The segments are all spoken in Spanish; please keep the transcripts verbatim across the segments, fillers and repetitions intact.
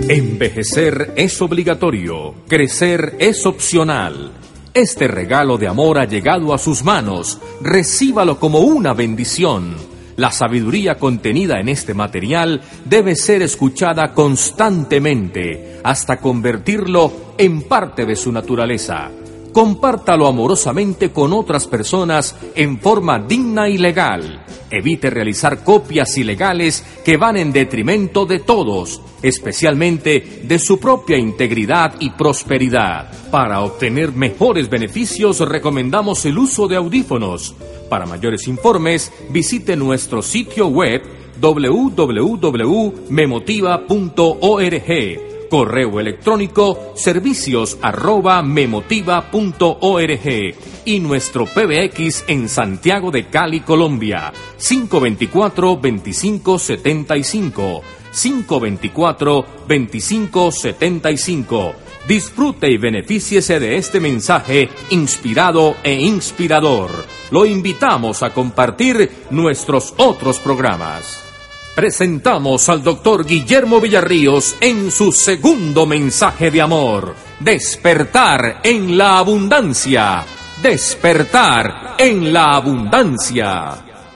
Envejecer es obligatorio, crecer es opcional. Este regalo de amor ha llegado a sus manos, recíbalo como una bendición. La sabiduría contenida en este material debe ser escuchada constantemente hasta convertirlo en parte de su naturaleza. Compártalo amorosamente con otras personas en forma digna y legal. Evite realizar copias ilegales que van en detrimento de todos, especialmente de su propia integridad y prosperidad. Para obtener mejores beneficios, recomendamos el uso de audífonos. Para mayores informes, visite nuestro sitio web doble u doble u doble u punto memotiva punto org. Correo electrónico servicios arroba memotiva punto org y nuestro P B X en Santiago de Cali, Colombia, cinco dos cuatro, dos cinco siete cinco, cinco dos cuatro, dos cinco siete cinco. Disfrute y benefíciese de este mensaje inspirado e inspirador. Lo invitamos a compartir nuestros otros programas. Presentamos al doctor Guillermo Villarríos en su segundo mensaje de amor. Despertar en la abundancia. Despertar en la abundancia.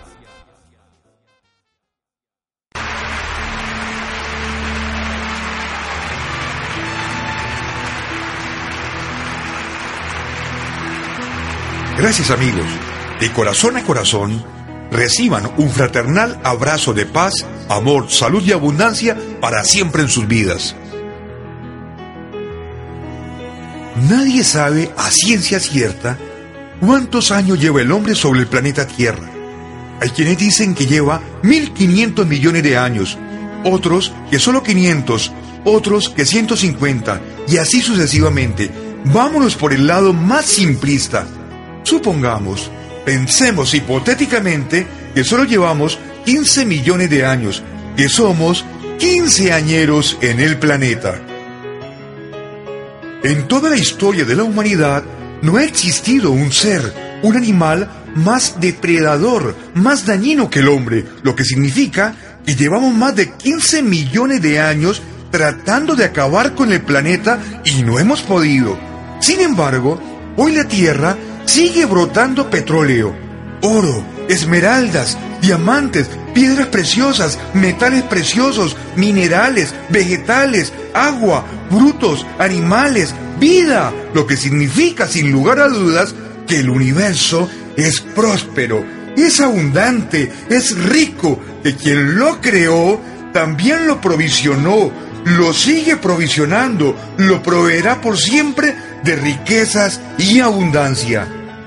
Gracias, amigos. De corazón a corazón, reciban un fraternal abrazo de paz, amor, salud y abundancia para siempre en sus vidas. Nadie sabe a ciencia cierta cuántos años lleva el hombre sobre el planeta Tierra. Hay quienes dicen que lleva mil quinientos millones de años, otros que solo quinientos, otros que ciento cincuenta, y así sucesivamente. Vámonos por el lado más simplista. Supongamos, pensemos hipotéticamente que solo llevamos quince millones de años, que somos quinceañeros en el planeta. En toda la historia de la humanidad no ha existido un ser, un animal más depredador, más dañino que el hombre, lo que significa que llevamos más de quince millones de años tratando de acabar con el planeta y no hemos podido. Sin embargo, hoy la Tierra sigue brotando petróleo, oro, esmeraldas, diamantes, piedras preciosas, metales preciosos, minerales, vegetales, agua, frutos, animales, vida, lo que significa sin lugar a dudas que el universo es próspero, es abundante, es rico, que quien lo creó también lo provisionó, lo sigue provisionando, lo proveerá por siempre de riquezas y abundancia.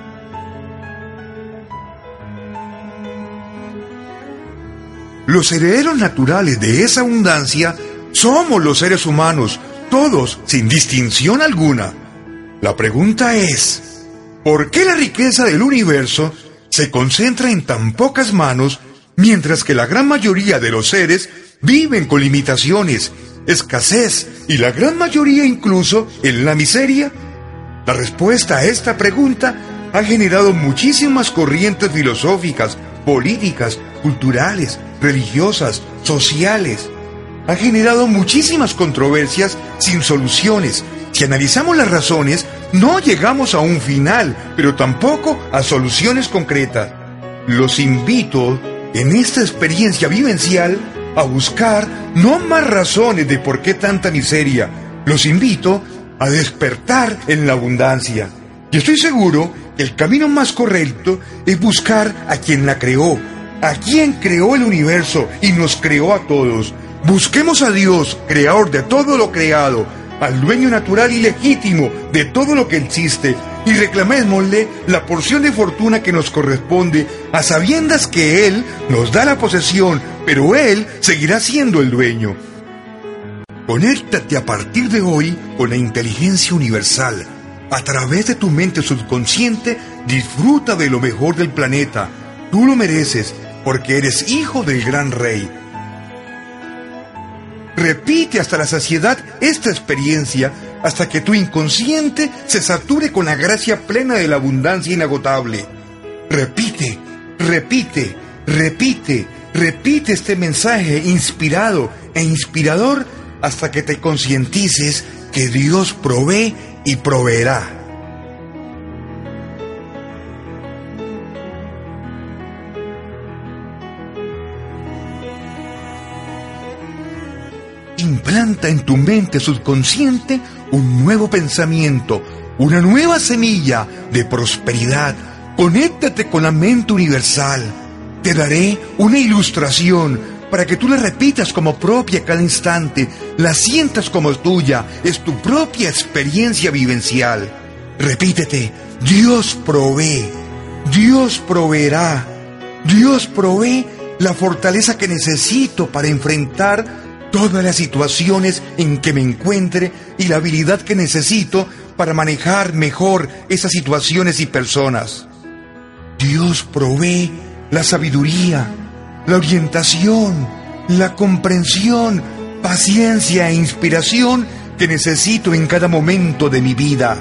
Los herederos naturales de esa abundancia somos los seres humanos, todos, sin distinción alguna. La pregunta es, ¿por qué la riqueza del universo se concentra en tan pocas manos, mientras que la gran mayoría de los seres viven con limitaciones, escasez y la gran mayoría incluso en la miseria? La respuesta a esta pregunta ha generado muchísimas corrientes filosóficas, políticas, culturales, religiosas, sociales. Ha generado muchísimas controversias sin soluciones. Si analizamos las razones, no llegamos a un final, pero tampoco a soluciones concretas. Los invito, en esta experiencia vivencial, a buscar no más razones de por qué tanta miseria. Los invito a despertar en la abundancia. Y estoy seguro que el camino más correcto es buscar a quien la creó, a quien creó el universo y nos creó a todos. Busquemos a Dios, creador de todo lo creado, al dueño natural y legítimo de todo lo que existe, y reclamémosle la porción de fortuna que nos corresponde, a sabiendas que Él nos da la posesión, pero Él seguirá siendo el dueño. Conéctate a partir de hoy con la inteligencia universal. A través de tu mente subconsciente, disfruta de lo mejor del planeta. Tú lo mereces, porque eres hijo del gran rey. Repite hasta la saciedad esta experiencia, hasta que tu inconsciente se sature con la gracia plena de la abundancia inagotable. Repite, repite, repite, repite este mensaje inspirado e inspirador hasta que te concientices que Dios provee y proveerá. Implanta en tu mente subconsciente un nuevo pensamiento, una nueva semilla de prosperidad. Conéctate con la mente universal. Te daré una ilustración para que tú la repitas como propia cada instante, la sientas como tuya, es tu propia experiencia vivencial. Repítete: Dios provee, Dios proveerá, Dios provee la fortaleza que necesito para enfrentar todas las situaciones en que me encuentre y la habilidad que necesito para manejar mejor esas situaciones y personas. Dios provee la sabiduría, la orientación, la comprensión, paciencia e inspiración que necesito en cada momento de mi vida.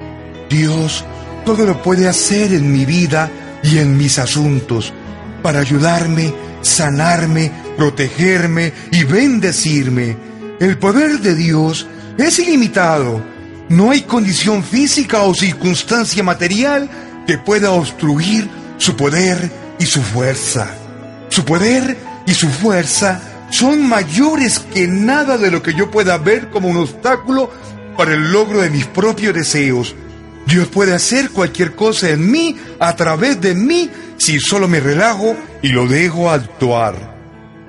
Dios todo lo puede hacer en mi vida y en mis asuntos para ayudarme, sanarme, protegerme y bendecirme. El poder de Dios es ilimitado. No hay condición física o circunstancia material que pueda obstruir su poder y su fuerza. Su poder y su fuerza son mayores que nada de lo que yo pueda ver como un obstáculo para el logro de mis propios deseos. Dios puede hacer cualquier cosa en mí, a través de mí, si solo me relajo y lo dejo actuar.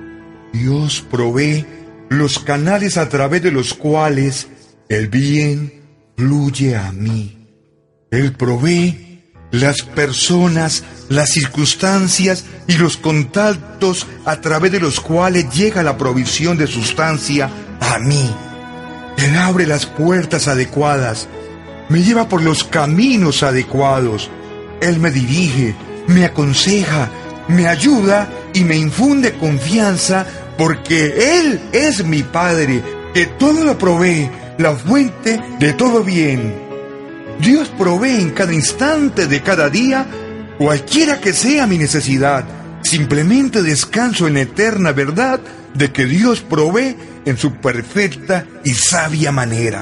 Dios provee los canales a través de los cuales el bien fluye a mí. Él provee las personas, las circunstancias y los contactos a través de los cuales llega la provisión de sustancia a mí. Él abre las puertas adecuadas, me lleva por los caminos adecuados. Él me dirige, me aconseja, me ayuda y me infunde confianza porque Él es mi Padre, que todo lo provee, la fuente de todo bien. Dios provee en cada instante de cada día, cualquiera que sea mi necesidad. Simplemente descanso en la eterna verdad de que Dios provee en su perfecta y sabia manera.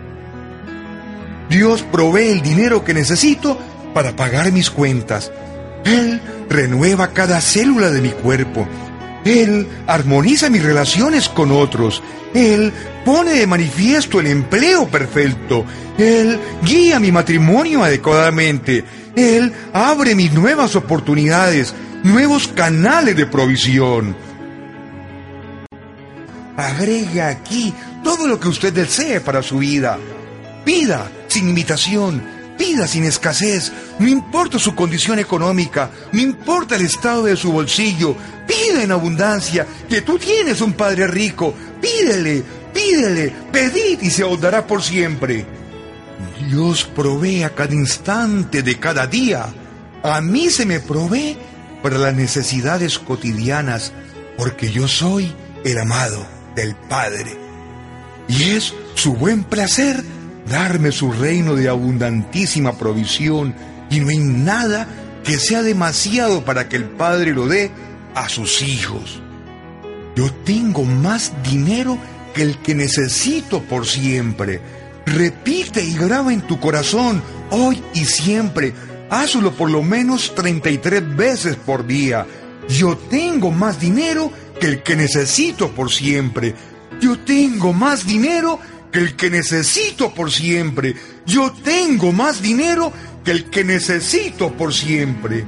Dios provee el dinero que necesito para pagar mis cuentas. Él renueva cada célula de mi cuerpo. Él armoniza mis relaciones con otros. Él pone de manifiesto el empleo perfecto. Él guía mi matrimonio adecuadamente. Él abre mis nuevas oportunidades, nuevos canales de provisión. Agregue aquí todo lo que usted desee para su vida. Pida sin imitación. Pida sin escasez, no importa su condición económica, no importa el estado de su bolsillo, pida en abundancia, que tú tienes un Padre rico, pídele, pídele, pedid y se os dará por siempre. Dios provee a cada instante de cada día. A mí se me provee para las necesidades cotidianas, porque yo soy el amado del Padre. Y es su buen placer darme su reino de abundantísima provisión, y no hay nada que sea demasiado para que el Padre lo dé a sus hijos. Yo tengo más dinero que el que necesito por siempre. Repite y graba en tu corazón, hoy y siempre. Hazlo por lo menos treinta y tres veces por día. Yo tengo más dinero que el que necesito por siempre. Yo tengo más dinero que el que necesito por siempre. Yo tengo más dinero que el que necesito por siempre.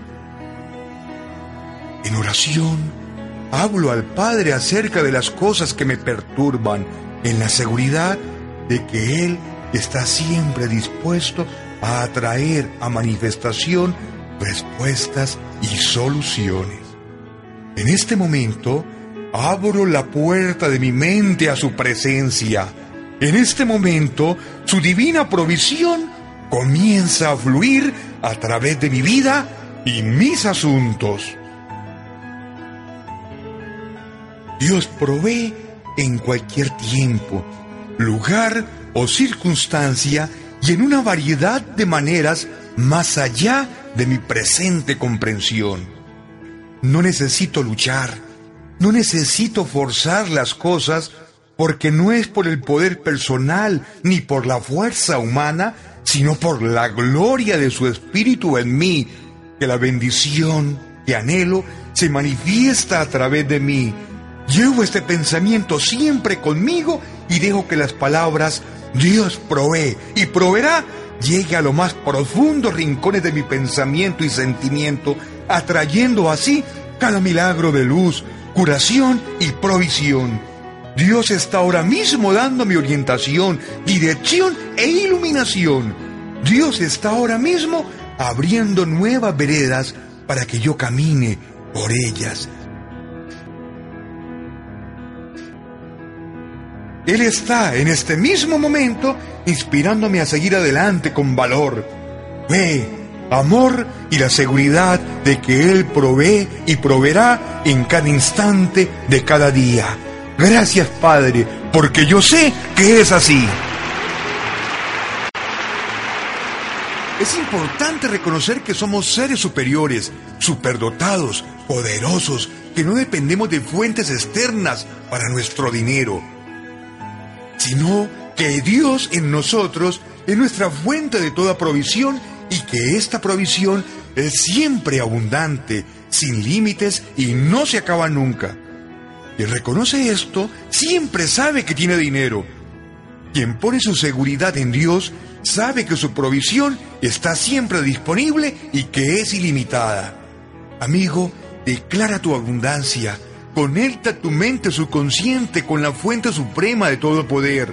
En oración, hablo al Padre acerca de las cosas que me perturban, en la seguridad de que Él está siempre dispuesto a atraer a manifestación respuestas y soluciones. En este momento, abro la puerta de mi mente a su presencia. En este momento, su divina provisión comienza a fluir a través de mi vida y mis asuntos. Dios provee en cualquier tiempo, lugar o circunstancia y en una variedad de maneras más allá de mi presente comprensión. No necesito luchar, no necesito forzar las cosas porque no es por el poder personal ni por la fuerza humana, sino por la gloria de su Espíritu en mí, que la bendición que anhelo se manifiesta a través de mí. Llevo este pensamiento siempre conmigo y dejo que las palabras Dios provee y proveerá llegue a los más profundos rincones de mi pensamiento y sentimiento, atrayendo así cada milagro de luz, curación y provisión. Dios está ahora mismo dándome orientación, dirección e iluminación. Dios está ahora mismo abriendo nuevas veredas para que yo camine por ellas. Él está en este mismo momento inspirándome a seguir adelante con valor, fe, amor y la seguridad de que Él provee y proveerá en cada instante de cada día. Gracias, Padre, porque yo sé que es así. Es importante reconocer que somos seres superiores, superdotados, poderosos, que no dependemos de fuentes externas para nuestro dinero, sino que Dios en nosotros es nuestra fuente de toda provisión y que esta provisión es siempre abundante, sin límites y no se acaba nunca. Quien reconoce esto siempre sabe que tiene dinero. Quien pone su seguridad en Dios sabe que su provisión está siempre disponible y que es ilimitada. Amigo, declara tu abundancia. Conecta tu mente subconsciente con la fuente suprema de todo poder.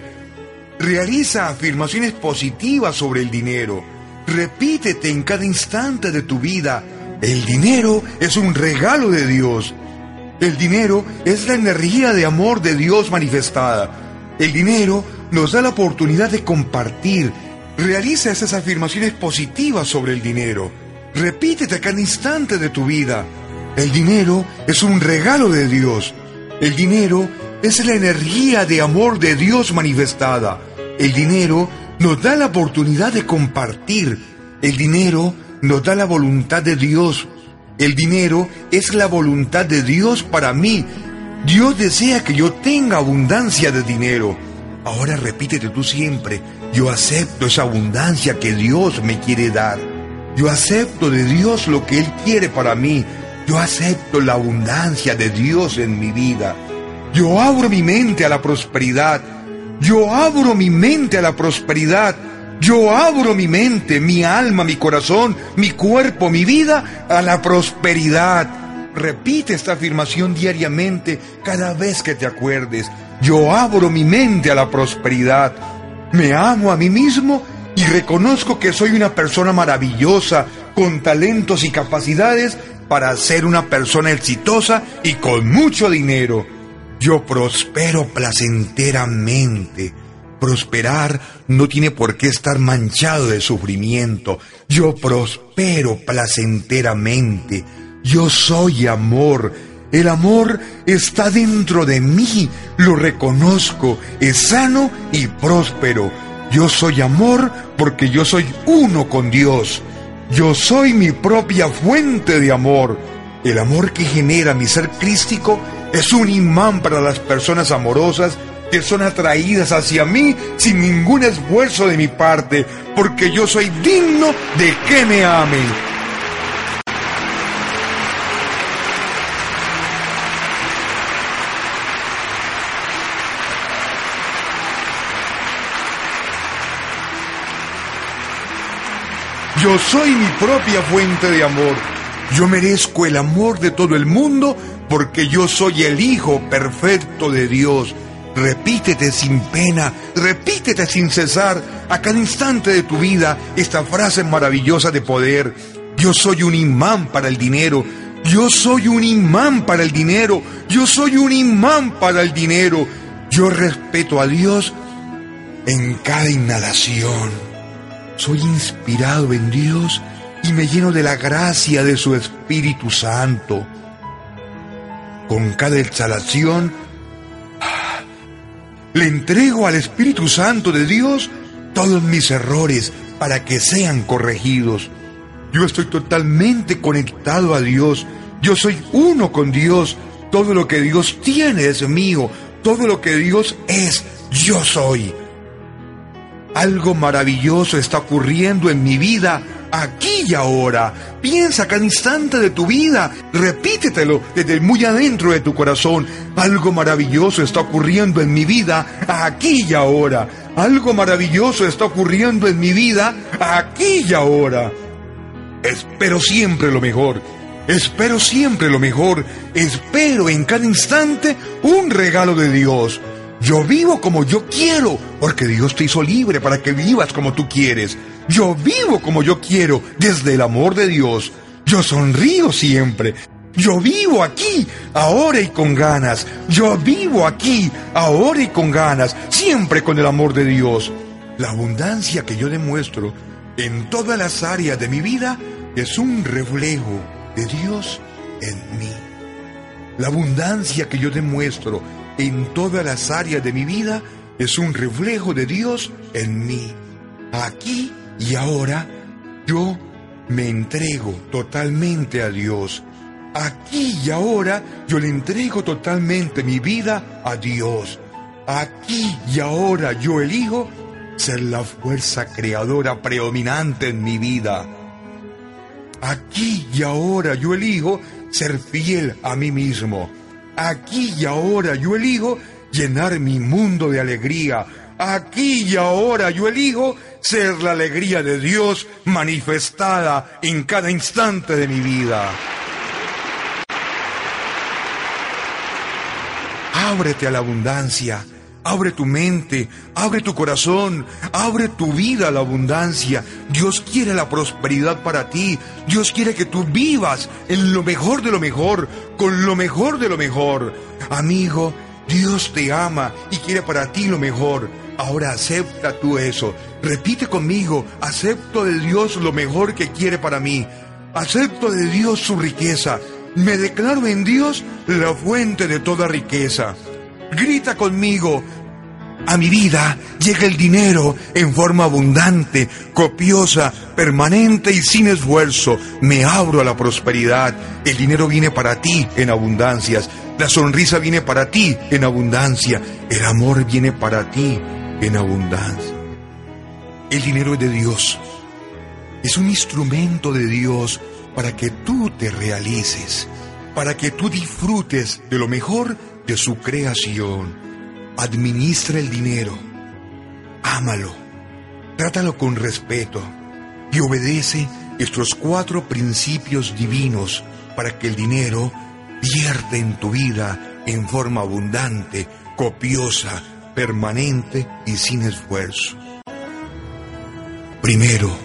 Realiza afirmaciones positivas sobre el dinero. Repítete en cada instante de tu vida: el dinero es un regalo de Dios. El dinero es la energía de amor de Dios manifestada. El dinero nos da la oportunidad de compartir. Realiza esas afirmaciones positivas sobre el dinero. Repítete a cada instante de tu vida: el dinero es un regalo de Dios. El dinero es la energía de amor de Dios manifestada. El dinero nos da la oportunidad de compartir. El dinero nos da la voluntad de Dios. El dinero es la voluntad de Dios para mí. Dios desea que yo tenga abundancia de dinero. Ahora repítete tú siempre: yo acepto esa abundancia que Dios me quiere dar. Yo acepto de Dios lo que Él quiere para mí. Yo acepto la abundancia de Dios en mi vida. Yo abro mi mente a la prosperidad. Yo abro mi mente a la prosperidad. Yo abro mi mente, mi alma, mi corazón, mi cuerpo, mi vida a la prosperidad. Repite esta afirmación diariamente cada vez que te acuerdes. Yo abro mi mente a la prosperidad. Me amo a mí mismo y reconozco que soy una persona maravillosa, con talentos y capacidades para ser una persona exitosa y con mucho dinero. Yo prospero placenteramente. Prosperar no tiene por qué estar manchado de sufrimiento. Yo prospero placenteramente. Yo soy amor. El amor está dentro de mí. Lo reconozco. Es sano y próspero. Yo soy amor porque yo soy uno con Dios. Yo soy mi propia fuente de amor. El amor que genera mi ser crístico es un imán para las personas amorosas que son atraídas hacia mí sin ningún esfuerzo de mi parte, porque yo soy digno de que me amen. Yo soy mi propia fuente de amor. Yo merezco el amor de todo el mundo porque yo soy el Hijo perfecto de Dios. Repítete sin pena, repítete sin cesar a cada instante de tu vida esta frase maravillosa de poder. Yo soy un imán para el dinero. Yo soy un imán para el dinero. Yo soy un imán para el dinero. Yo respeto a Dios en cada inhalación. Soy inspirado en Dios y me lleno de la gracia de su Espíritu Santo. Con cada exhalación, le entrego al Espíritu Santo de Dios todos mis errores para que sean corregidos. Yo estoy totalmente conectado a Dios. Yo soy uno con Dios. Todo lo que Dios tiene es mío. todo lo que Dios es, yo soy. Algo maravilloso está ocurriendo en mi vida aquí y ahora. Piensa cada instante de tu vida, repítetelo desde muy adentro de tu corazón. Algo maravilloso está ocurriendo en mi vida aquí y ahora. Algo maravilloso está ocurriendo en mi vida aquí y ahora. Espero siempre lo mejor. Espero siempre lo mejor. Espero en cada instante un regalo de Dios. Yo vivo como yo quiero, porque Dios te hizo libre para que vivas como tú quieres. Yo vivo como yo quiero, desde el amor de Dios. Yo sonrío siempre. Yo vivo aquí, ahora y con ganas. Yo vivo aquí, ahora y con ganas, siempre con el amor de Dios. La abundancia que yo demuestro en todas las áreas de mi vida es un reflejo de Dios en mí. La abundancia que yo demuestro en todas las áreas de mi vida es un reflejo de Dios en mí. Aquí y ahora yo me entrego totalmente a Dios. Aquí y ahora yo le entrego totalmente mi vida a Dios. Aquí y ahora yo elijo ser la fuerza creadora predominante en mi vida. Aquí y ahora yo elijo ser fiel a mí mismo. Aquí y ahora yo elijo llenar mi mundo de alegría. Aquí y ahora yo elijo ser la alegría de Dios manifestada en cada instante de mi vida. Ábrete a la abundancia. Abre tu mente, abre tu corazón, abre tu vida a la abundancia. Dios quiere la prosperidad para ti. Dios quiere que tú vivas en lo mejor de lo mejor, con lo mejor de lo mejor. Amigo, Dios te ama y quiere para ti lo mejor. Ahora acepta tú eso. Repite conmigo, acepto de Dios lo mejor que quiere para mí. Acepto de Dios su riqueza. Me declaro en Dios la fuente de toda riqueza. Grita conmigo, a mi vida llega el dinero en forma abundante, copiosa, permanente y sin esfuerzo. Me abro a la prosperidad. El dinero viene para ti en abundancias. La sonrisa viene para ti en abundancia. El amor viene para ti en abundancia. El dinero es de Dios. Es un instrumento de Dios para que tú te realices, para que tú disfrutes de lo mejor de su creación. Administra el dinero, ámalo, trátalo con respeto y obedece estos cuatro principios divinos para que el dinero vierte en tu vida en forma abundante, copiosa, permanente y sin esfuerzo. Primero,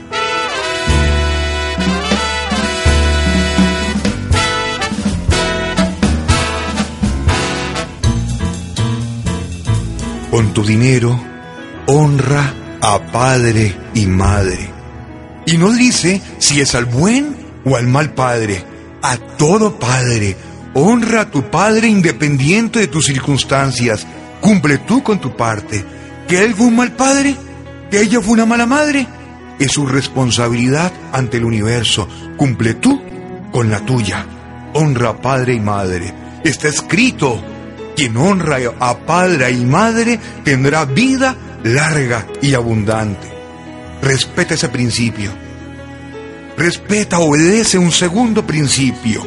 con tu dinero, honra a padre y madre. Y no dice si es al buen o al mal padre, a todo padre. Honra a tu padre independiente de tus circunstancias. Cumple tú con tu parte. ¿Que él fue un mal padre? ¿Que ella fue una mala madre? Es su responsabilidad ante el universo. Cumple tú con la tuya. Honra a padre y madre. Está escrito: quien honra a padre y madre tendrá vida larga y abundante. Respeta ese principio. Respeta, obedece un segundo principio.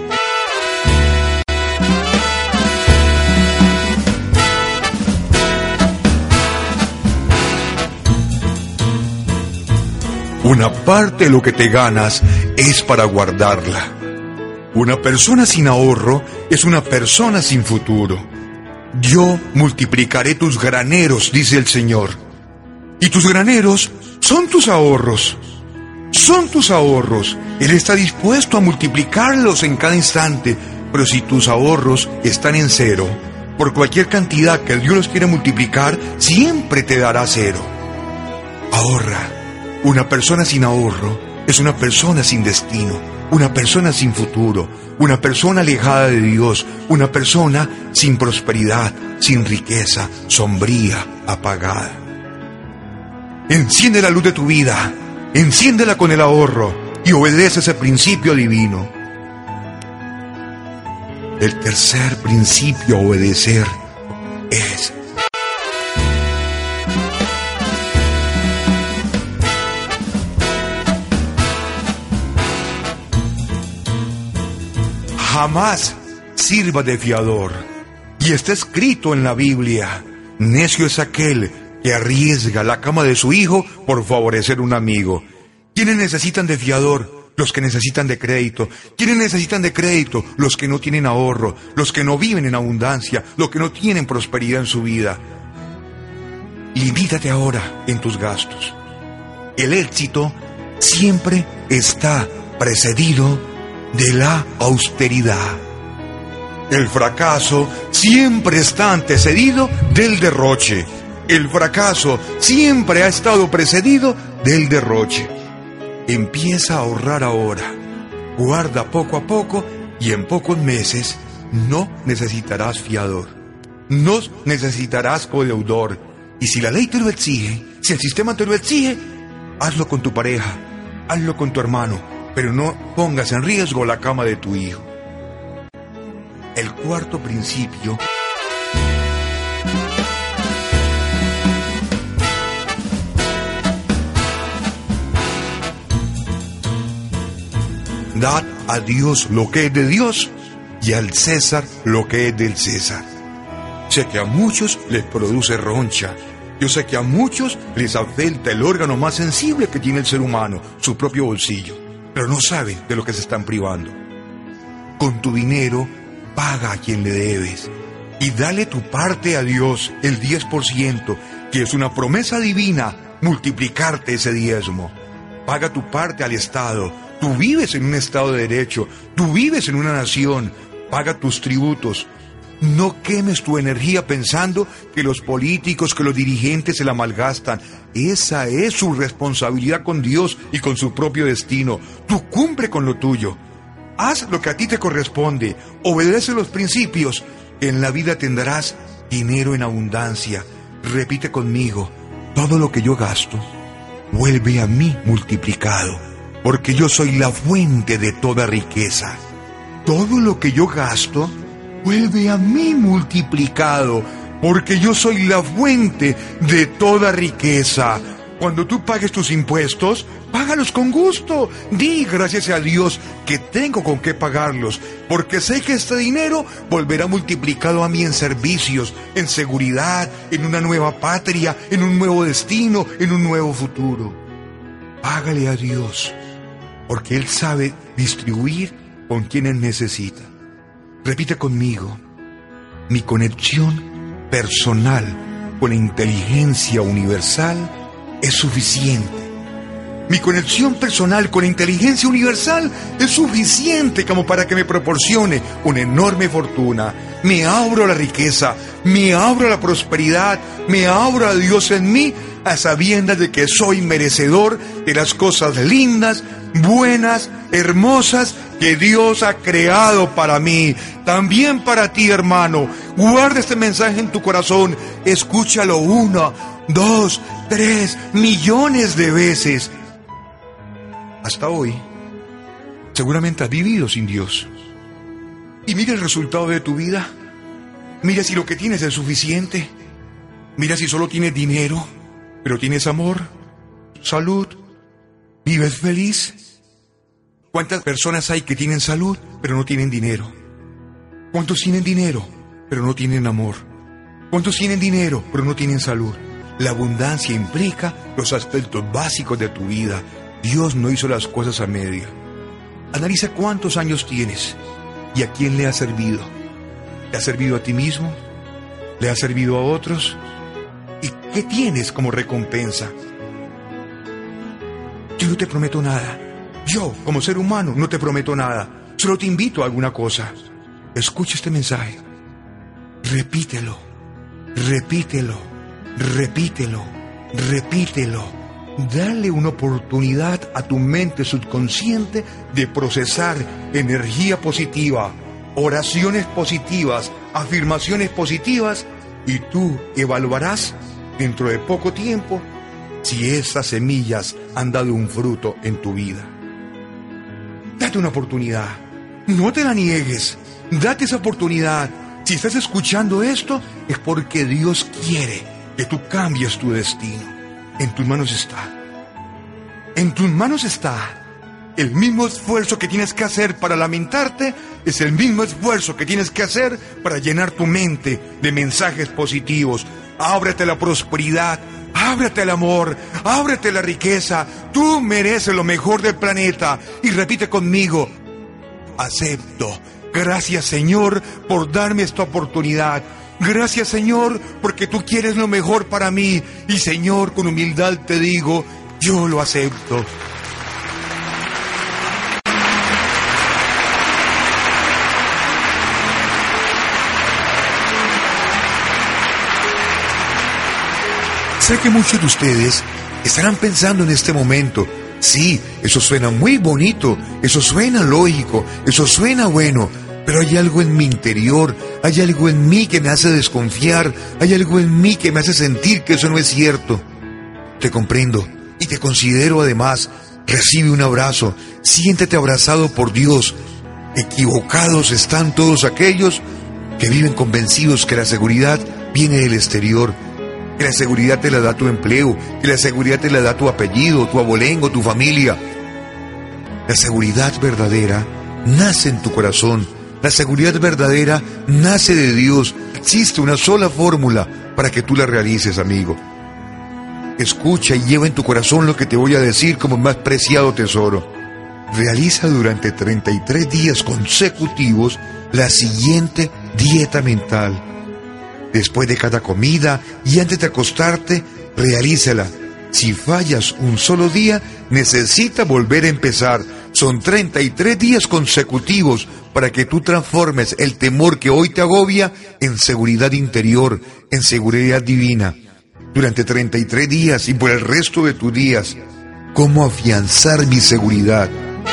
Una parte de lo que te ganas es para guardarla. Una persona sin ahorro es una persona sin futuro. Yo multiplicaré tus graneros, dice el Señor. Y tus graneros son tus ahorros. Son tus ahorros. Él está dispuesto a multiplicarlos en cada instante. Pero si tus ahorros están en cero, por cualquier cantidad que Dios los quiera multiplicar, siempre te dará cero. Ahorra. Una persona sin ahorro es una persona sin destino, una persona sin futuro, una persona alejada de Dios, una persona sin prosperidad, sin riqueza, sombría, apagada. Enciende la luz de tu vida, enciéndela con el ahorro y obedece ese principio divino. El tercer principio a obedecer es. Jamás sirva de fiador. Y está escrito en la Biblia: necio es aquel que arriesga la cama de su hijo por favorecer un amigo. ¿Quiénes necesitan de fiador? Los que necesitan de crédito. ¿Quiénes necesitan de crédito? Los que no tienen ahorro, los que no viven en abundancia, los que no tienen prosperidad en su vida. Limítate ahora en tus gastos. El éxito siempre está precedido de la austeridad. El fracaso siempre está antecedido del derroche. El fracaso siempre ha estado precedido del derroche. Empieza a ahorrar ahora. Guarda poco a poco y en pocos meses no necesitarás fiador. No necesitarás codeudor. Y si la ley te lo exige, si el sistema te lo exige, hazlo con tu pareja, hazlo con tu hermano, pero no pongas en riesgo la cama de tu hijo. El cuarto principio: dad a Dios lo que es de Dios y al César lo que es del César. Sé que a muchos les produce roncha. Yo sé que a muchos les afecta el órgano más sensible que tiene el ser humano, su propio bolsillo, pero no saben de lo que se están privando. Con tu dinero, paga a quien le debes y dale tu parte a Dios, el diez por ciento, que es una promesa divina, multiplicarte ese diezmo. Paga tu parte al Estado. Tú vives en un Estado de Derecho, tú vives en una nación, paga tus tributos. No quemes tu energía pensando que los políticos, que los dirigentes se la malgastan. Esa es su responsabilidad con Dios y con su propio destino. Tú cumple con lo tuyo. Haz lo que a ti te corresponde. Obedece los principios. En la vida tendrás dinero en abundancia. Repite conmigo: todo lo que yo gasto vuelve a mí multiplicado, porque yo soy la fuente de toda riqueza. Todo lo que yo gasto vuelve a mí multiplicado, porque yo soy la fuente de toda riqueza. Cuando tú pagues tus impuestos, págalos con gusto. Di gracias a Dios que tengo con qué pagarlos, porque sé que este dinero volverá multiplicado a mí en servicios, en seguridad, en una nueva patria, en un nuevo destino, en un nuevo futuro. Págale a Dios, porque Él sabe distribuir con quienes necesita. Repite conmigo: mi conexión personal con la inteligencia universal es suficiente. Mi conexión personal con la inteligencia universal es suficiente como para que me proporcione una enorme fortuna. Me abro a la riqueza, me abro a la prosperidad, me abro a Dios en mí, a sabiendas de que soy merecedor de las cosas lindas, buenas, hermosas que Dios ha creado para mí. También para ti, hermano. Guarda este mensaje en tu corazón. Escúchalo una, dos, tres, millones de veces. Hasta hoy, seguramente has vivido sin Dios. Y mira el resultado de tu vida. Mira si lo que tienes es suficiente. Mira si solo tienes dinero, pero tienes amor, salud, vives feliz. ¿Cuántas personas hay que tienen salud, pero no tienen dinero? ¿Cuántos tienen dinero, pero no tienen amor? ¿Cuántos tienen dinero, pero no tienen salud? La abundancia implica los aspectos básicos de tu vida. Dios no hizo las cosas a media. Analiza cuántos años tienes y a quién le has servido. ¿Le has servido a ti mismo? ¿Le has servido a otros? ¿Y qué tienes como recompensa? Yo no te prometo nada. Yo, como ser humano, no te prometo nada. Solo te invito a alguna cosa. Escucha este mensaje. Repítelo. Repítelo. Repítelo. Repítelo. Dale una oportunidad a tu mente subconsciente de procesar energía positiva, oraciones positivas, afirmaciones positivas, y tú evaluarás dentro de poco tiempo si esas semillas han dado un fruto en tu vida. Date una oportunidad, no te la niegues, date esa oportunidad. Si estás escuchando esto, es porque Dios quiere que tú cambies tu destino. En tus manos está. En tus manos está. El mismo esfuerzo que tienes que hacer para lamentarte es el mismo esfuerzo que tienes que hacer para llenar tu mente de mensajes positivos. Ábrete a la prosperidad, ábrete al amor, ábrete a la riqueza. Tú mereces lo mejor del planeta. Y repite conmigo: acepto. Gracias, Señor, por darme esta oportunidad. Gracias, Señor, porque tú quieres lo mejor para mí. Y, Señor, con humildad te digo, yo lo acepto. Sé que muchos de ustedes estarán pensando en este momento: sí, eso suena muy bonito, eso suena lógico, eso suena bueno, pero hay algo en mi interior, hay algo en mí que me hace desconfiar, hay algo en mí que me hace sentir que eso no es cierto. Te comprendo y te considero además. Recibe un abrazo, siéntete abrazado por Dios. Equivocados están todos aquellos que viven convencidos que la seguridad viene del exterior, que la seguridad te la da tu empleo, que la seguridad te la da tu apellido, tu abolengo, tu familia. La seguridad verdadera nace en tu corazón. La seguridad verdadera nace de Dios. Existe una sola fórmula para que tú la realices, amigo. Escucha y lleva en tu corazón lo que te voy a decir como más preciado tesoro. Realiza durante treinta y tres días consecutivos la siguiente dieta mental. Después de cada comida y antes de acostarte, realízala. Si fallas un solo día, necesita volver a empezar. Son treinta y tres días consecutivos para que tú transformes el temor que hoy te agobia en seguridad interior, en seguridad divina. Durante treinta y tres días y por el resto de tus días, ¿cómo afianzar mi seguridad?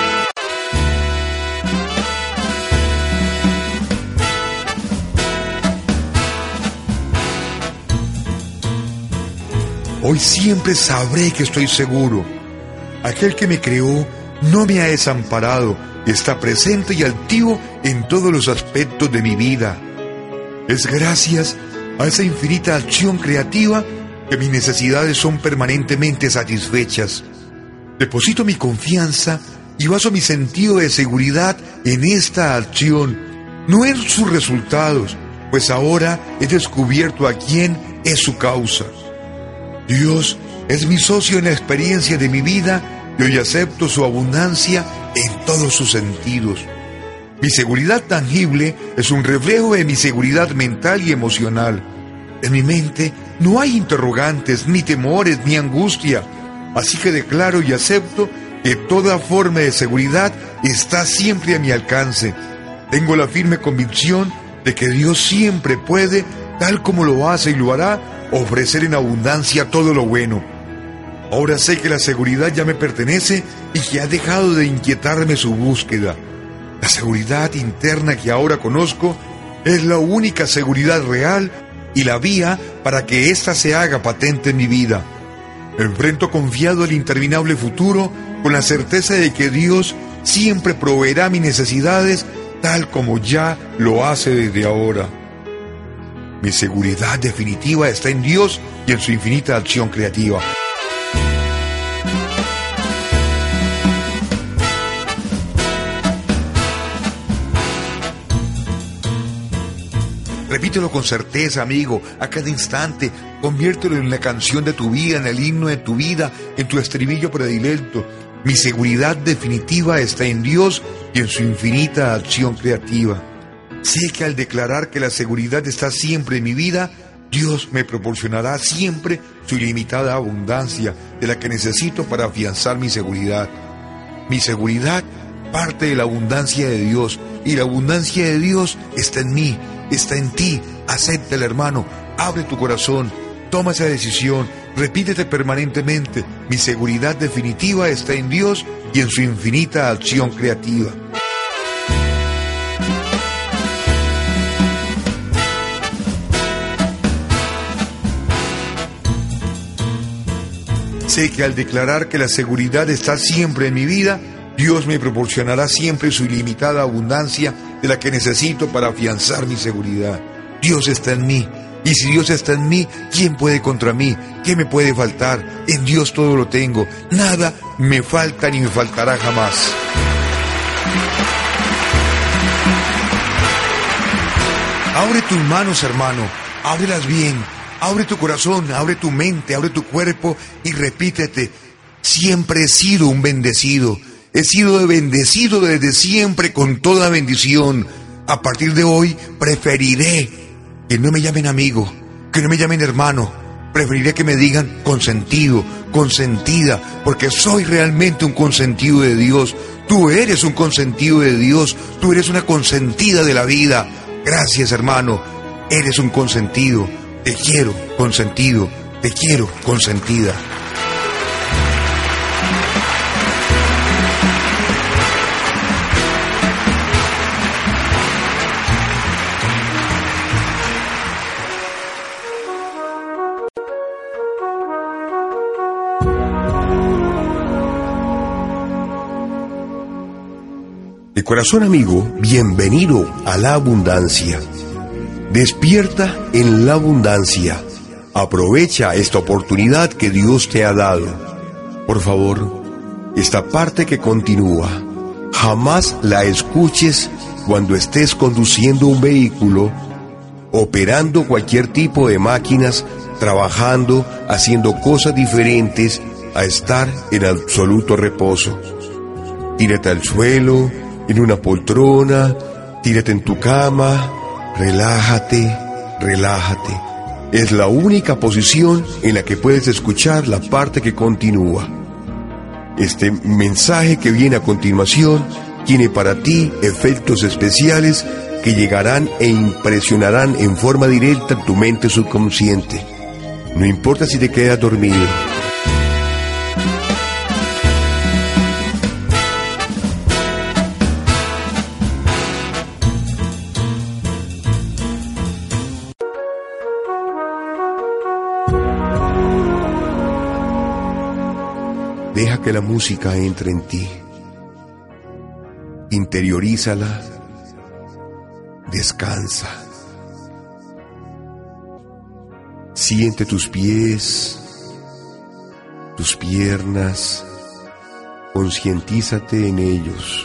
Hoy siempre sabré que estoy seguro. Aquel que me creó no me ha desamparado, está presente y activo en todos los aspectos de mi vida. Es gracias a esa infinita acción creativa que mis necesidades son permanentemente satisfechas. Deposito mi confianza y baso mi sentido de seguridad en esta acción, no en sus resultados, pues ahora he descubierto a quién es su causa. Dios es mi socio en la experiencia de mi vida y hoy acepto su abundancia en todos sus sentidos. Mi seguridad tangible es un reflejo de mi seguridad mental y emocional. En mi mente no hay interrogantes, ni temores, ni angustia. Así que declaro y acepto que toda forma de seguridad está siempre a mi alcance. Tengo la firme convicción de que Dios siempre puede, tal como lo hace y lo hará, ofrecer en abundancia todo lo bueno. Ahora sé que la seguridad ya me pertenece y que ha dejado de inquietarme su búsqueda. La seguridad interna que ahora conozco es la única seguridad real y la vía para que ésta se haga patente en mi vida. Enfrento confiado el interminable futuro con la certeza de que Dios siempre proveerá mis necesidades tal como ya lo hace desde ahora. Mi seguridad definitiva está en Dios y en su infinita acción creativa. Repítelo con certeza, amigo, a cada instante. Conviértelo en la canción de tu vida, en el himno de tu vida, en tu estribillo predilecto. Mi seguridad definitiva está en Dios y en su infinita acción creativa. Sé que al declarar que la seguridad está siempre en mi vida, Dios me proporcionará siempre su ilimitada abundancia de la que necesito para afianzar mi seguridad. Mi seguridad parte de la abundancia de Dios y la abundancia de Dios está en mí, está en ti. Acéptala, hermano, abre tu corazón, toma esa decisión, repítete permanentemente: mi seguridad definitiva está en Dios y en su infinita acción creativa. Sé que al declarar que la seguridad está siempre en mi vida, Dios me proporcionará siempre su ilimitada abundancia de la que necesito para afianzar mi seguridad. Dios está en mí. Y si Dios está en mí, ¿quién puede contra mí? ¿Qué me puede faltar? En Dios todo lo tengo. Nada me falta ni me faltará jamás. Abre tus manos, hermano. Ábrelas bien. Abre tu corazón, abre tu mente, abre tu cuerpo y repítete: siempre he sido un bendecido. He sido bendecido desde siempre con toda bendición. A partir de hoy preferiré que no me llamen amigo, que no me llamen hermano. Preferiré que me digan consentido, consentida, porque soy realmente un consentido de Dios. Tú eres un consentido de Dios. Tú eres una consentida de la vida. Gracias, hermano. Eres un consentido. Te quiero, consentido. Te quiero, consentida. De corazón amigo, bienvenido a la abundancia. Despierta en la abundancia. Aprovecha esta oportunidad que Dios te ha dado. Por favor, esta parte que continúa, jamás la escuches cuando estés conduciendo un vehículo, operando cualquier tipo de máquinas, trabajando, haciendo cosas diferentes a estar en absoluto reposo. Tírate al suelo, en una poltrona, tírate en tu cama, relájate, relájate. Es la única posición en la que puedes escuchar la parte que continúa. Este mensaje que viene a continuación tiene para ti efectos especiales que llegarán e impresionarán en forma directa tu mente subconsciente. No importa si te quedas dormido. Deja que la música entre en ti. Interiorízala. Descansa. Siente tus pies, tus piernas. Concientízate en ellos.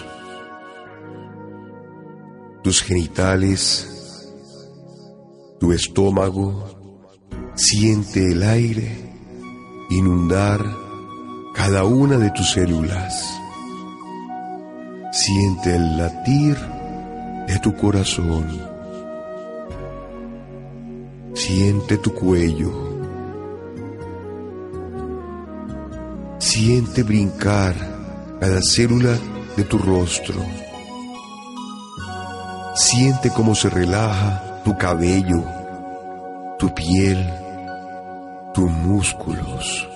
Tus genitales, tu estómago. Siente el aire inundar cada una de tus células. Siente el latir de tu corazón. Siente tu cuello. Siente brincar cada célula de tu rostro. Siente cómo se relaja tu cabello, tu piel, tus músculos.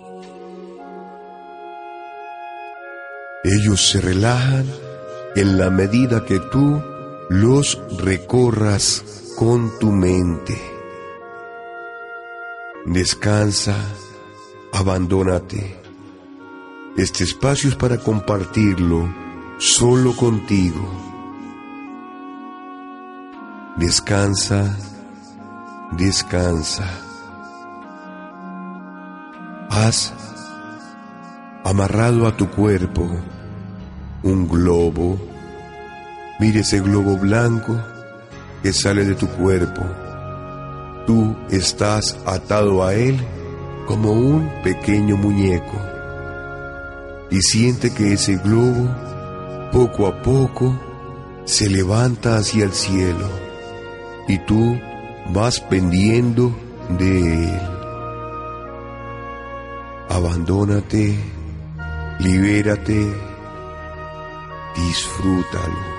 Ellos se relajan en la medida que tú los recorras con tu mente. Descansa, abandónate. Este espacio es para compartirlo solo contigo. Descansa, descansa. Has amarrado a tu cuerpo un globo. Mira ese globo blanco que sale de tu cuerpo. Tú estás atado a él como un pequeño muñeco. Y siente que ese globo, poco a poco, se levanta hacia el cielo. Y tú vas pendiendo de él. Abandónate, libérate, disfrútalo.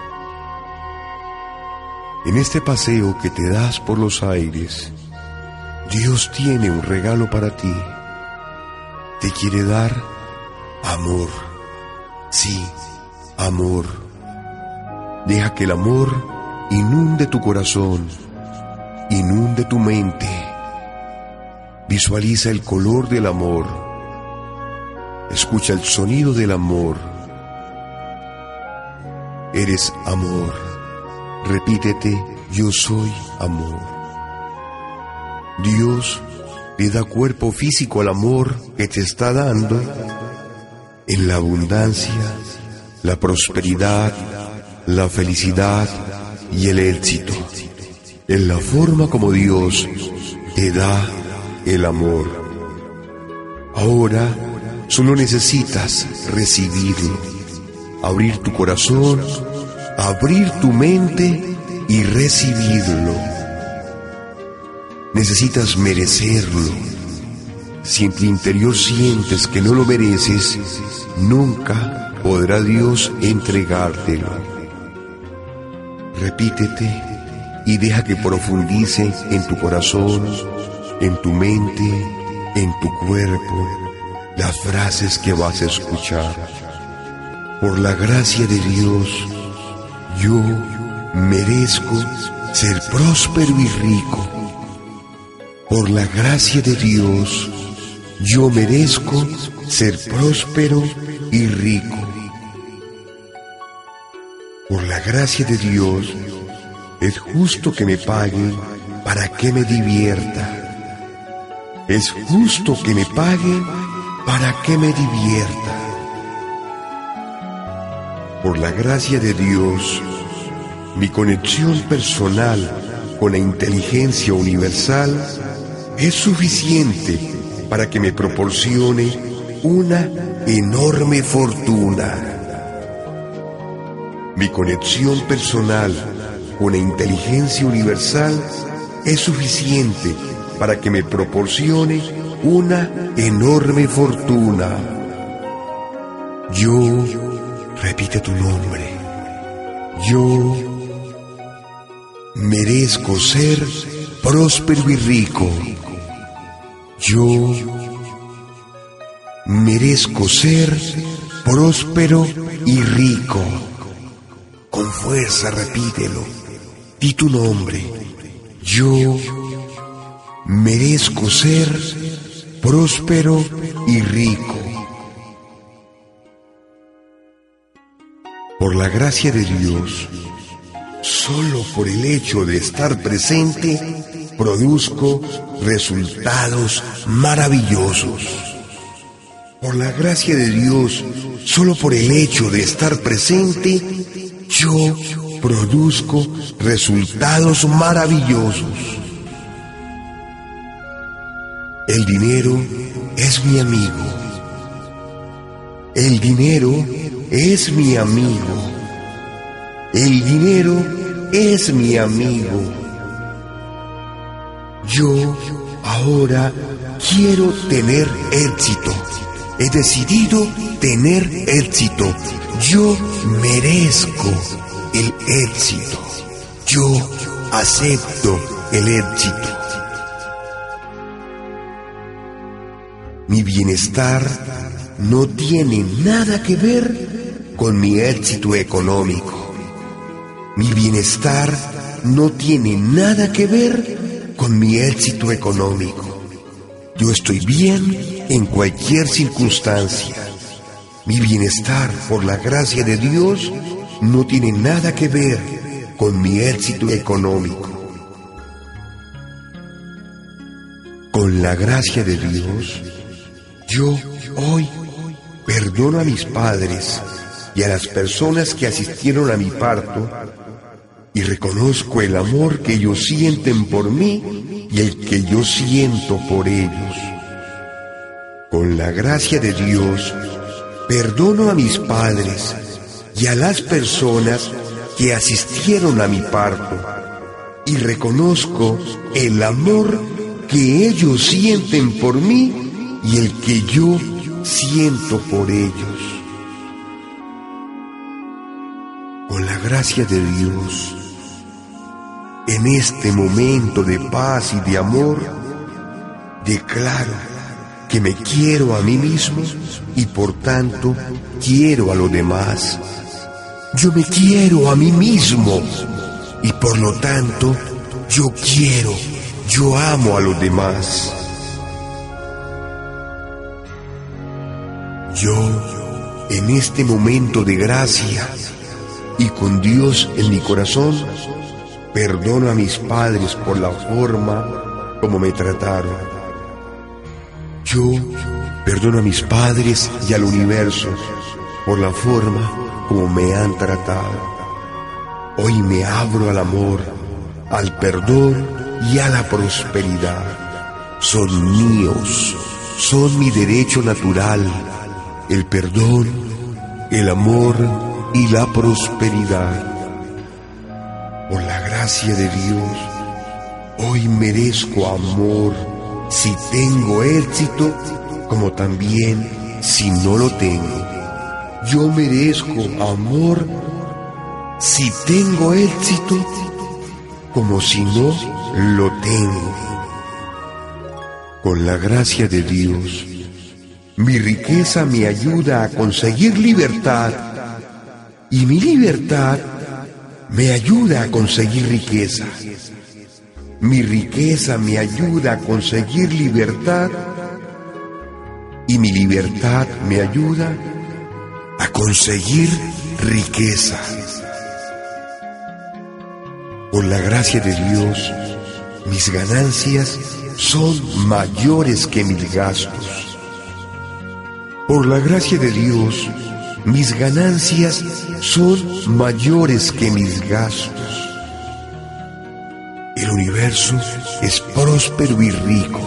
En este paseo que te das por los aires, Dios tiene un regalo para ti. Te quiere dar amor. Sí, amor. Deja que el amor inunde tu corazón, inunde tu mente. Visualiza el color del amor. Escucha el sonido del amor. eres amor. Repítete, yo soy amor. Dios le da cuerpo físico al amor que te está dando en la abundancia, la prosperidad, la felicidad y el éxito, en la forma como Dios te da el amor. Ahora solo necesitas recibirlo, abrir tu corazón, abrir tu mente y recibirlo. Necesitas merecerlo. Si en tu interior sientes que no lo mereces, nunca podrá Dios entregártelo. Repítete y deja que profundice en tu corazón, en tu mente, en tu cuerpo, las frases que vas a escuchar. Por la gracia de Dios, yo merezco ser próspero y rico. Por la gracia de Dios, yo merezco ser próspero y rico. Por la gracia de Dios, es justo que me pague para que me divierta. Es justo que me pague para que me divierta. Por la gracia de Dios, mi conexión personal con la inteligencia universal es suficiente para que me proporcione una enorme fortuna. Mi conexión personal con la inteligencia universal es suficiente para que me proporcione una enorme fortuna. Yo, repite tu nombre, yo merezco ser próspero y rico. Yo merezco ser próspero y rico. Con fuerza repítelo. Di tu nombre. Yo merezco ser próspero y rico. Por la gracia de Dios, solo por el hecho de estar presente, produzco resultados maravillosos. Por la gracia de Dios, solo por el hecho de estar presente, yo produzco resultados maravillosos. El dinero es mi amigo. El dinero es mi amigo. El dinero es mi amigo. Yo ahora quiero tener éxito. He decidido tener éxito. Yo merezco el éxito. Yo acepto el éxito. Mi bienestar no tiene nada que ver con mi éxito económico. Mi bienestar no tiene nada que ver con mi éxito económico. Yo estoy bien en cualquier circunstancia. Mi bienestar, por la gracia de Dios, no tiene nada que ver con mi éxito económico. Con la gracia de Dios, yo hoy perdono a mis padres y a las personas que asistieron a mi parto y reconozco el amor que ellos sienten por mí y el que yo siento por ellos. Con la gracia de Dios, perdono a mis padres y a las personas que asistieron a mi parto y reconozco el amor que ellos sienten por mí y el que yo siento por ellos. Con la gracia de Dios, en este momento de paz y de amor, declaro que me quiero a mí mismo y por tanto quiero a los demás. Yo me quiero a mí mismo y por lo tanto yo quiero, yo amo a los demás. Yo, en este momento de gracia, y con Dios en mi corazón, perdono a mis padres por la forma como me trataron. Yo perdono a mis padres y al universo por la forma como me han tratado. Hoy me abro al amor, al perdón y a la prosperidad. Son míos, son mi derecho natural, el perdón, el amor y la prosperidad. Por la gracia de Dios, hoy merezco amor si tengo éxito, como también si no lo tengo. Yo merezco amor si tengo éxito, como si no lo tengo. Con la gracia de Dios, mi riqueza me ayuda a conseguir libertad y mi libertad me ayuda a conseguir riqueza. Mi riqueza me ayuda a conseguir libertad y mi libertad me ayuda a conseguir riqueza. Por la gracia de Dios, mis ganancias son mayores que mis gastos. Por la gracia de Dios, mis ganancias son mayores que mis gastos. El universo es próspero y rico.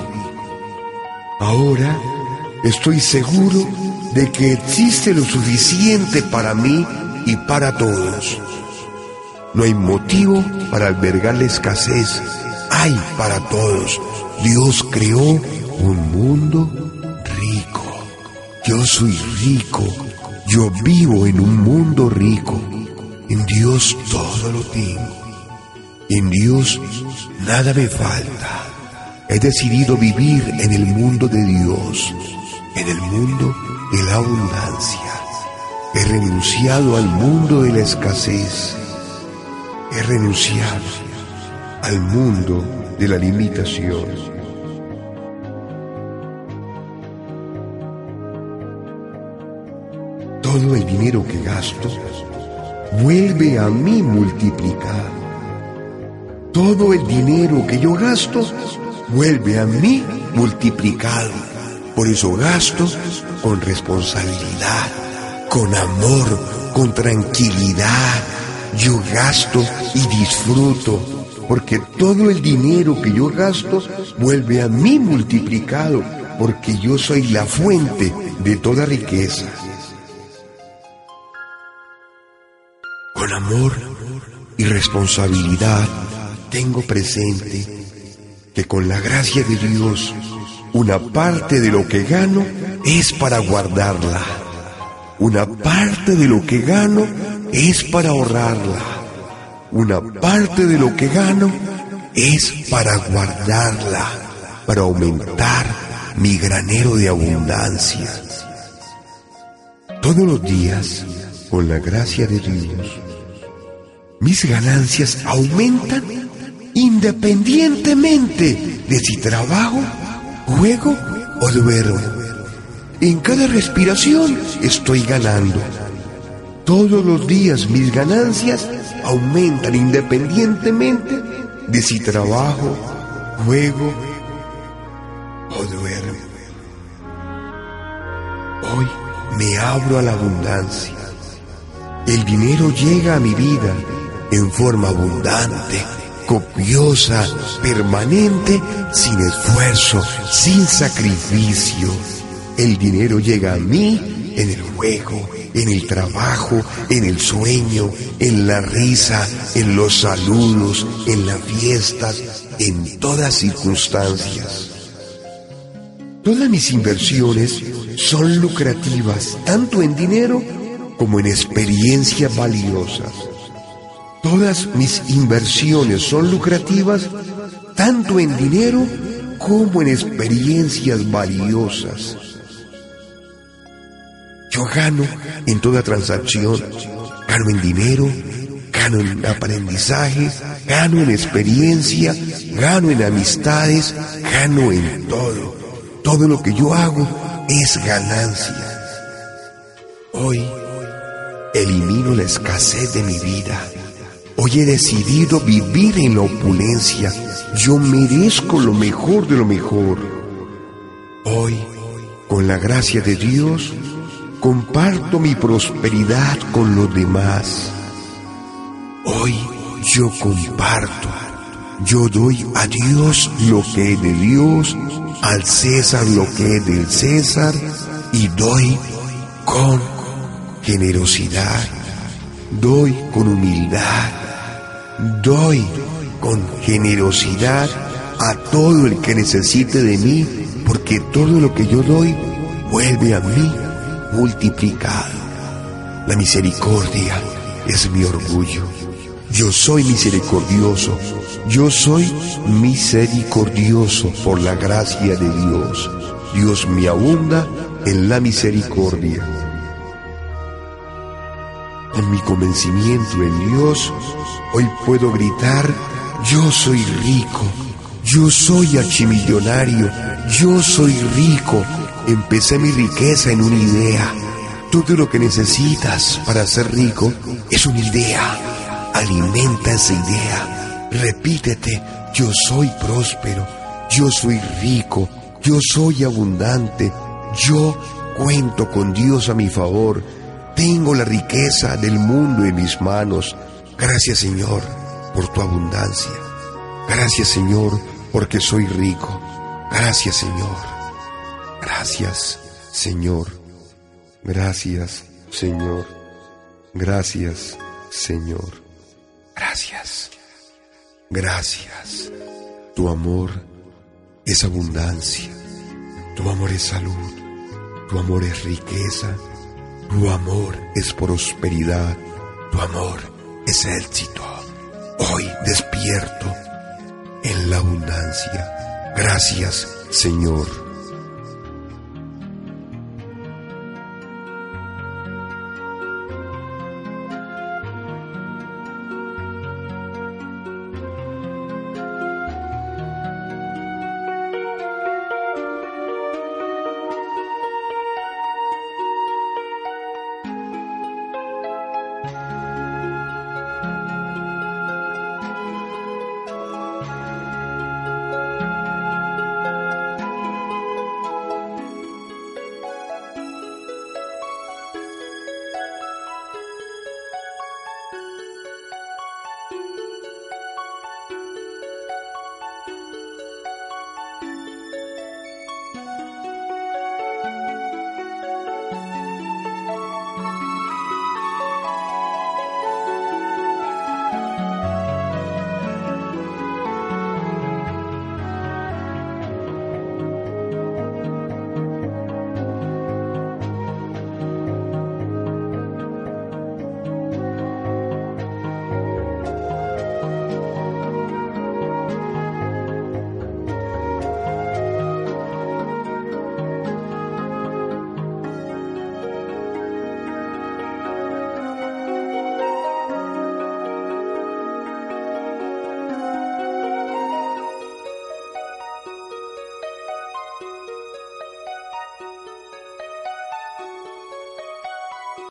Ahora estoy seguro de que existe lo suficiente para mí y para todos. No hay motivo para albergar la escasez. Hay para todos. Dios creó un mundo rico. Yo soy rico. Yo vivo en un mundo rico. En Dios todo lo tengo. En Dios nada me falta. He decidido vivir en el mundo de Dios, en el mundo de la abundancia. He renunciado al mundo de la escasez. He renunciado al mundo de la limitación. Todo el dinero que gasto vuelve a mí multiplicado. Todo el dinero que yo gasto vuelve a mí multiplicado. Por eso gasto con responsabilidad, con amor, con tranquilidad. Yo gasto y disfruto, porque todo el dinero que yo gasto vuelve a mí multiplicado, porque yo soy la fuente de toda riqueza. Con amor y responsabilidad tengo presente que con la gracia de Dios, una parte de lo que gano es para guardarla. Una parte de lo que gano es para ahorrarla. Una parte de lo que gano es para guardarla, para aumentar mi granero de abundancia. Todos los días, con la gracia de Dios, mis ganancias aumentan independientemente de si trabajo, juego o duermo. En cada respiración estoy ganando. Todos los días mis ganancias aumentan independientemente de si trabajo, juego o duermo. Hoy me abro a la abundancia. El dinero llega a mi vida en forma abundante, copiosa, permanente, sin esfuerzo, sin sacrificio. El dinero llega a mí en el juego, en el trabajo, en el sueño, en la risa, en los saludos, en las fiestas, en todas circunstancias. Todas mis inversiones son lucrativas, tanto en dinero como en experiencias valiosas. Todas mis inversiones son lucrativas, tanto en dinero como en experiencias valiosas. Yo gano en toda transacción, gano en dinero, gano en aprendizaje, gano en experiencia, gano en amistades, gano en todo. Todo lo que yo hago es ganancia. Hoy elimino la escasez de mi vida. Hoy he decidido vivir en la opulencia. Yo merezco lo mejor de lo mejor. Hoy, con la gracia de Dios, comparto mi prosperidad con los demás. Hoy yo comparto. Yo doy a Dios lo que es de Dios, al César lo que es del César, y doy con generosidad, doy con humildad, doy con generosidad a todo el que necesite de mí, porque todo lo que yo doy vuelve a mí multiplicado. La misericordia es mi orgullo. Yo soy misericordioso. Yo soy misericordioso por la gracia de Dios. Dios me abunda en la misericordia. Con mi convencimiento en Dios, hoy puedo gritar: yo soy rico, yo soy archimillonario, yo soy rico. Empecé mi riqueza en una idea. Todo lo que necesitas para ser rico es una idea. Alimenta esa idea. Repítete: yo soy próspero, yo soy rico, yo soy abundante, yo cuento con Dios a mi favor, tengo la riqueza del mundo en mis manos. Gracias, Señor, por tu abundancia. Gracias, Señor, porque soy rico. Gracias, Señor. Gracias, Señor. Gracias, Señor. Gracias, Señor. Gracias. Gracias. Tu amor es abundancia. Tu amor es salud. Tu amor es riqueza. Tu amor es prosperidad. Tu amor es éxito. Hoy despierto en la abundancia. Gracias, Señor.